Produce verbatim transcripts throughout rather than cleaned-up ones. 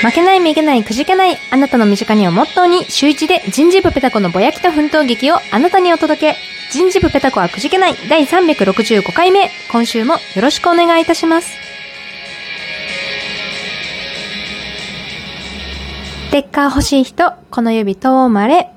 負けないめげないくじけないあなたの身近にをモットーに週一で人事部ペタコのぼやきと奮闘劇をあなたにお届け。人事部ペタコはくじけないだいさんびゃくろくじゅうごかいめ、今週もよろしくお願いいたします。ステッカー欲しい人、この指とまれ。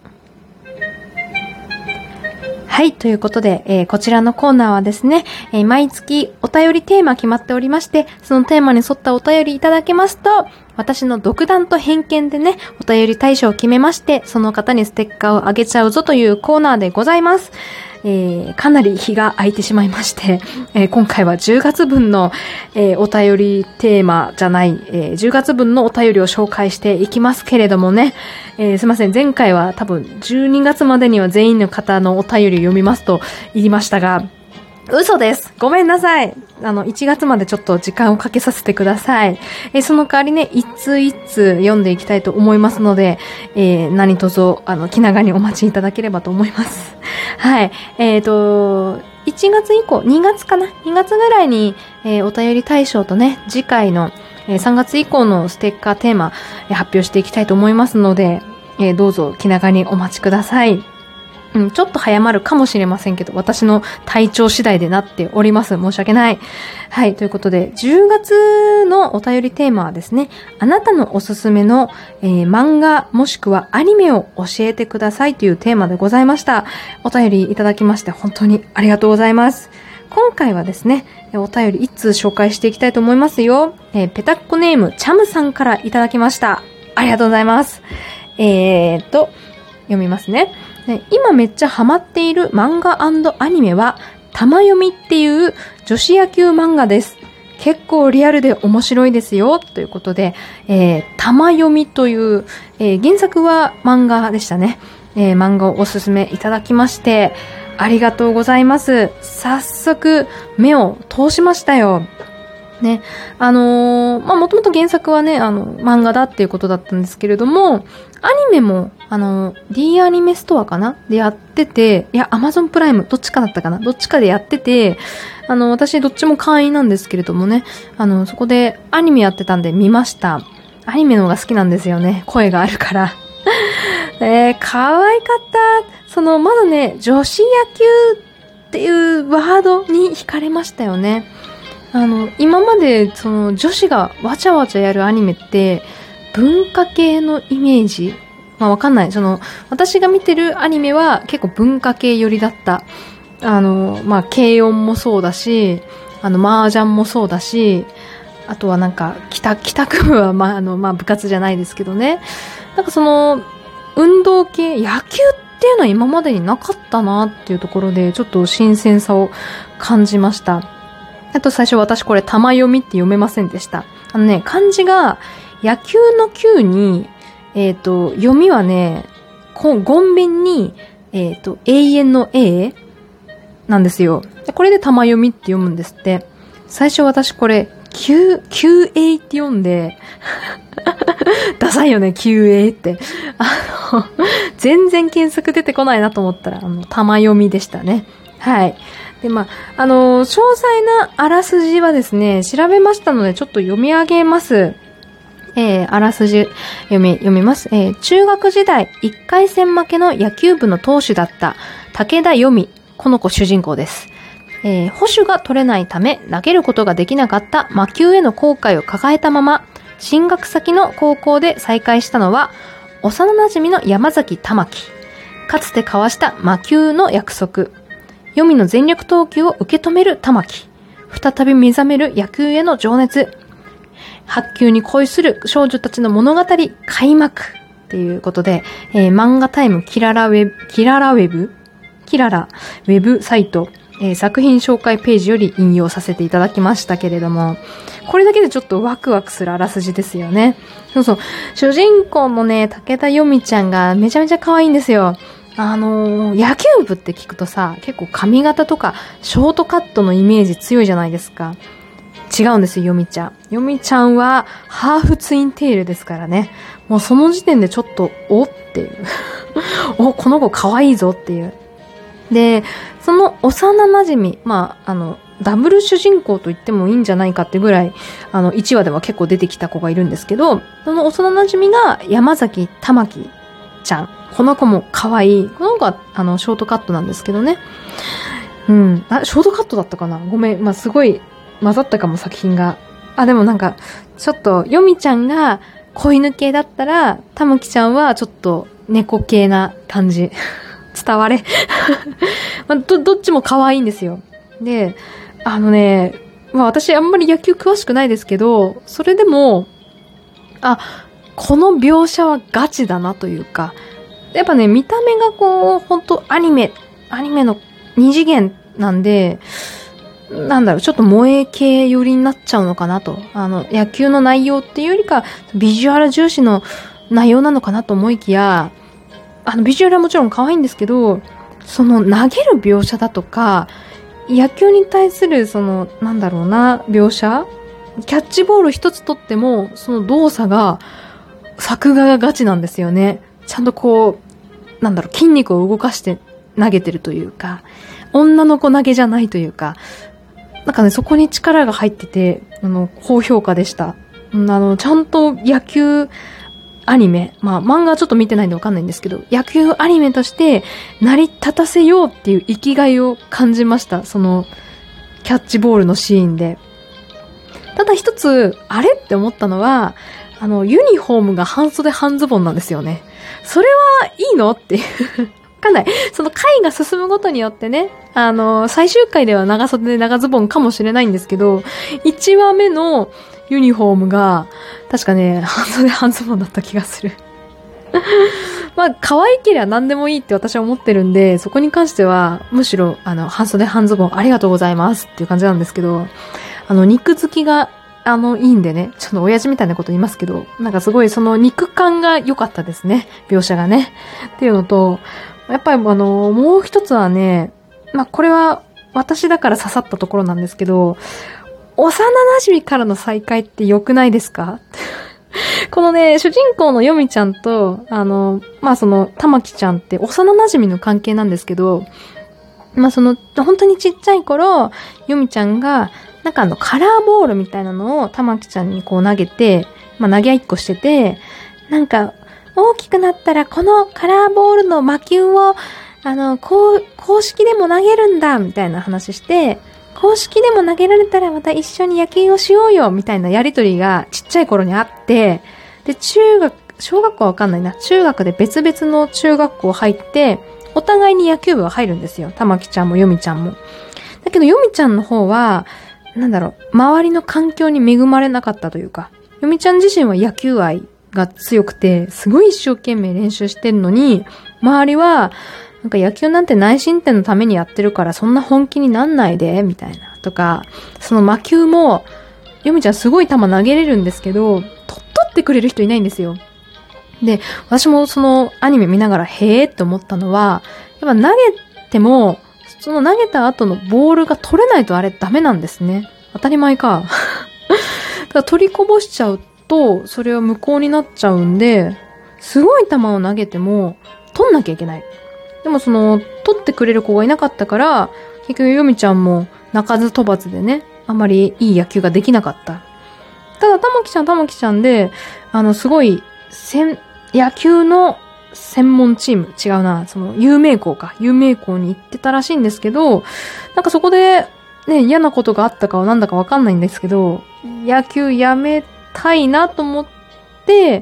はい、ということで、えー、こちらのコーナーはですね、えー、毎月お便りテーマ決まっておりまして、そのテーマに沿ったお便りいただけますと、私の独断と偏見でね、お便り対象を決めまして、その方にステッカーをあげちゃうぞというコーナーでございます。えー、かなり日が空いてしまいまして、えー、今回はじゅうがつぶんの、えー、お便りテーマじゃない、えー、じゅうがつぶんのお便りを紹介していきますけれどもね、えー、すいません、前回は多分じゅうにがつまでには全員の方のお便りを読みますと言いましたが、嘘です。ごめんなさい。あの、いちがつまでちょっと時間をかけさせてください。えー、その代わりね、一通一通読んでいきたいと思いますので、えー、何卒、あの、気長にお待ちいただければと思います。はい。えっと、いちがつ以降、にがつかな ?に 月ぐらいに、えー、お便り対象とね、次回の、えー、さんがつ以降のステッカーテーマ、えー、発表していきたいと思いますので、えー、どうぞ気長にお待ちください。うん、ちょっと早まるかもしれませんけど、私の体調次第でなっております。申し訳ない。はい、ということで、じゅうがつのお便りテーマはですね、あなたのおすすめの、えー、漫画もしくはアニメを教えてくださいというテーマでございました。お便りいただきまして本当にありがとうございます。今回はですね、お便りいっつう紹介していきたいと思いますよ。えー、ペタッコネームチャムさんからいただきました。ありがとうございます。えーと、読みますね。今めっちゃハマっている漫画&アニメは玉読みっていう女子野球漫画です。結構リアルで面白いですよということで、えー、玉読みという、えー、原作は漫画でしたね、えー、漫画をおすすめいただきましてありがとうございます。早速目を通しましたよね。あのー、まあ、もともと原作はね、あの、漫画だっていうことだったんですけれども、アニメも、あの、D アニメストアかなでやってて、いや、Amazon プライム、どっちかだったかなどっちかでやってて、あの、私どっちも会員なんですけれどもね、あの、そこでアニメやってたんで見ました。アニメの方が好きなんですよね。声があるから。えー、可愛かった。その、まだね、女子野球っていうワードに惹かれましたよね。あの、今まで、その、女子がわちゃわちゃやるアニメって、文化系のイメージまあわかんない。その、私が見てるアニメは結構文化系寄りだった。あの、まあ、軽音もそうだし、あの、麻雀もそうだし、あとはなんか、帰宅、帰宅部は、まあ、あの、まあ、部活じゃないですけどね。なんかその、運動系、野球っていうのは今までになかったなっていうところで、ちょっと新鮮さを感じました。あと最初私これ玉読みって読めませんでした。あのね、漢字が野球の球に、えっと、読みはね、こごんべんに、えっと、永遠の A なんですよ。これで玉読みって読むんですって。最初私これ、Q、キューエー って読んで、ダサいよね、キューエー って。あの、全然検索出てこないなと思ったら、あの、玉読みでしたね。はい。で、まあ、あのー、詳細なあらすじはですね、調べましたので、ちょっと読み上げます。えー、あらすじ、読み、読みます。えー、中学時代、いっかい戦負けの野球部の投手だった、武田よみ。この子主人公です。えー、捕手が取れないため、投げることができなかった魔球への後悔を抱えたまま、進学先の高校で再会したのは、幼馴染の山崎玉樹。かつて交わした魔球の約束。よみの全力投球を受け止める玉木。再び目覚める野球への情熱。白球に恋する少女たちの物語開幕。っていうことで、えー、漫画タイムキララウェブ、キララウェブキララウェブサイト、えー、作品紹介ページより引用させていただきましたけれども、これだけでちょっとワクワクするあらすじですよね。そうそう。主人公のね、武田よみちゃんがめちゃめちゃ可愛いんですよ。あのー、野球部って聞くとさ、結構髪型とかショートカットのイメージ強いじゃないですか。違うんですよ、よみちゃん。よみちゃんはハーフツインテールですからね。もうその時点でちょっと、おっていう。お、この子可愛いぞっていう。で、その幼馴染、まあ、あの、 ダブル主人公と言ってもいいんじゃないかってぐらい、あの、いちわでは結構出てきた子がいるんですけど、その幼馴染が山崎玉木ちゃん。この子も可愛い。この子は、あの、ショートカットなんですけどね。うん。あ、ショートカットだったかな？ごめん。まあ、すごい混ざったかも、作品が。あ、でもなんか、ちょっと、ヨミちゃんが子犬系だったら、たむきちゃんはちょっと猫系な感じ。伝われ、まあ、ど、どっちも可愛いんですよ。で、あのね、まあ私あんまり野球詳しくないですけど、それでも、あ、この描写はガチだなというか、やっぱね、見た目がこう、ほんとアニメ、アニメの二次元なんで、なんだろう、ちょっと萌え系寄りになっちゃうのかなと。あの、野球の内容っていうよりか、ビジュアル重視の内容なのかなと思いきや、あの、ビジュアルはもちろん可愛いんですけど、その投げる描写だとか、野球に対するその、なんだろうな、描写？キャッチボール一つとっても、その動作が、作画がガチなんですよね。ちゃんとこう、なんだろう、筋肉を動かして投げてるというか、女の子投げじゃないというか、なんかね、そこに力が入ってて、あの、高評価でした。あの、ちゃんと野球アニメ、まあ漫画はちょっと見てないんでわかんないんですけど、野球アニメとして成り立たせようっていう生きがいを感じました。その、キャッチボールのシーンで。ただ一つ、あれって思ったのは、あの、ユニフォームが半袖半ズボンなんですよね。それはいいのっていう。わかんない。その回が進むごとによってね、あの、最終回では長袖で長ズボンかもしれないんですけど、いちわめのユニフォームが、確かね、半袖半ズボンだった気がする。まあ、可愛ければ何でもいいって私は思ってるんで、そこに関しては、むしろ、あの、半袖半ズボンありがとうございますっていう感じなんですけど、あの、肉付きが、あの、いいんでね、ちょっと親父みたいなこと言いますけど、なんかすごいその肉感が良かったですね。描写がね。っていうのと、やっぱりあの、もう一つはね、まあ、これは私だから刺さったところなんですけど、幼馴染からの再会って良くないですか？このね、主人公のヨミちゃんと、あの、まあ、その、たまきちゃんって幼馴染の関係なんですけど、まあ、その、本当にちっちゃい頃、ヨミちゃんが、なんかあの、カラーボールみたいなのをたまきちゃんにこう投げて、まあ、投げ合いっこしてて、なんか、大きくなったらこのカラーボールの魔球を、あの、こう、公式でも投げるんだ、みたいな話して、公式でも投げられたらまた一緒に野球をしようよ、みたいなやりとりがちっちゃい頃にあって、で、中学、小学校はわかんないな。中学で別々の中学校入って、お互いに野球部は入るんですよ。たまきちゃんもヨミちゃんも。だけどヨミちゃんの方は、なんだろう、周りの環境に恵まれなかったというか、ヨミちゃん自身は野球愛が強くて、すごい一生懸命練習してるのに、周りは、なんか野球なんて内申点のためにやってるからそんな本気になんないで、みたいな。とか、その魔球も、ヨミちゃんすごい球投げれるんですけど、と、取ってくれる人いないんですよ。で、私もそのアニメ見ながらへーって思ったのは、やっぱ投げても、その投げた後のボールが取れないとあれダメなんですね。当たり前か。だから取りこぼしちゃうと、それは無効になっちゃうんで、すごい球を投げても、取んなきゃいけない。でもその、取ってくれる子がいなかったから、結局ヨミちゃんも鳴かず飛ばずでね、あんまりいい野球ができなかった。ただ、たまきちゃんたまきちゃんで、あの、すごい、せん、野球の専門チーム、違うな、その、有名校か、有名校に行ってたらしいんですけど、なんかそこで、ね、嫌なことがあったかはなんだかわかんないんですけど、野球やめたいなと思って、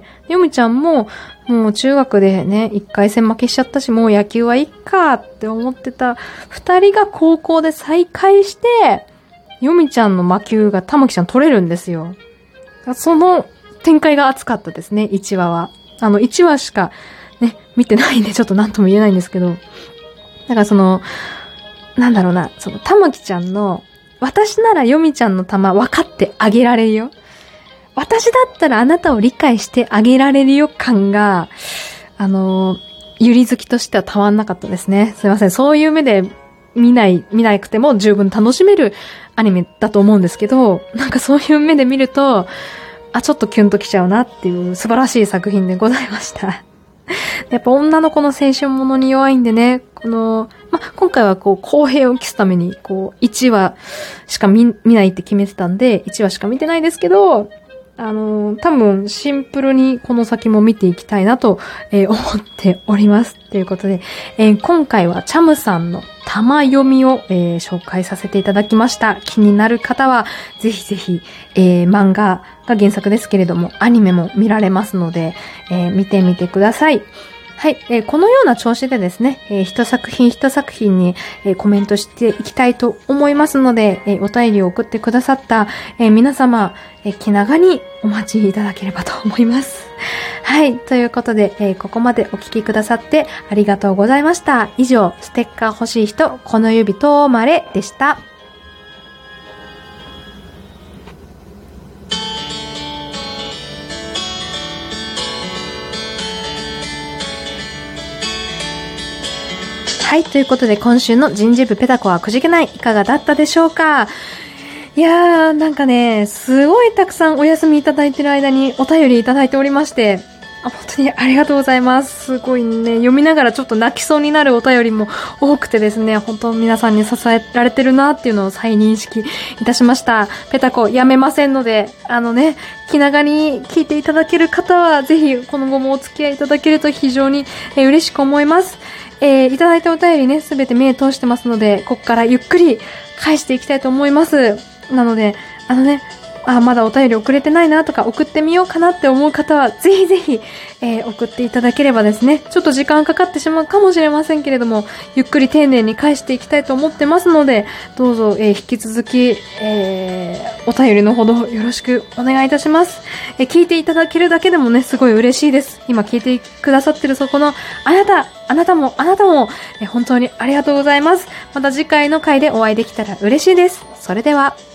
ヨミちゃんも、もう中学でね、一回戦負けしちゃったし、もう野球はいっかって思ってた二人が高校で再会して、ヨミちゃんの魔球がたまきちゃん取れるんですよ。その展開が熱かったですね、いちわは。あの、いちわしかね、見てないんでちょっと何とも言えないんですけど。だからその、なんだろうな、その、たまきちゃんの、私ならヨミちゃんの球分かってあげられるよ。私だったらあなたを理解してあげられるよ感が、あの、ゆり好きとしてはたまんなかったですね。すいません。そういう目で見ない、見なくても十分楽しめるアニメだと思うんですけど、なんかそういう目で見ると、あ、ちょっとキュンときちゃうなっていう素晴らしい作品でございました。やっぱ女の子の青春ものに弱いんでね、 この、ま、今回はこう、公平を期すために、こう、いちわしか見、見ないって決めてたんで、いちわしか見てないですけど、あのー、多分シンプルにこの先も見ていきたいなと、えー、思っております。ということで、えー、今回はチャムさんの玉読みを、えー、紹介させていただきました。気になる方は、ぜひぜひ、えー、漫画が原作ですけれども、アニメも見られますので、えー、見てみてください。はい、えー、このような調子でですね、えー、一作品一作品に、えー、コメントしていきたいと思いますので、えー、お便りを送ってくださった、えー、皆様、えー、気長にお待ちいただければと思います。はい、ということで、えー、ここまでお聞きくださってありがとうございました。以上、ステッカー欲しい人、この指とまれでした。はい、ということで今週の人事部ペタコはくじけない、いかがだったでしょうか。いやー、なんかね、すごいたくさんお休みいただいてる間にお便りいただいておりまして、あ、本当にありがとうございます。すごいね、読みながらちょっと泣きそうになるお便りも多くてですね、本当皆さんに支えられてるなっていうのを再認識いたしました。ペタコやめませんので、あのね、気長に聞いていただける方は、ぜひこの後もお付き合いいただけると非常に、えー、嬉しく思います。えー、いただいたお便りね、すべて目通してますので、ここからゆっくり返していきたいと思います。なので、あのね、あ、まだお便り送れてないなとか送ってみようかなって思う方は、ぜひぜひ、えー、送っていただければですね、ちょっと時間かかってしまうかもしれませんけれども、ゆっくり丁寧に返していきたいと思ってますので、どうぞ、えー、引き続き、えー、お便りのほどよろしくお願いいたします。えー、聞いていただけるだけでもね、すごい嬉しいです。今聞いてくださってるそこのあなた、あなたもあなたも、えー、本当にありがとうございます。また次回の回でお会いできたら嬉しいです。それでは。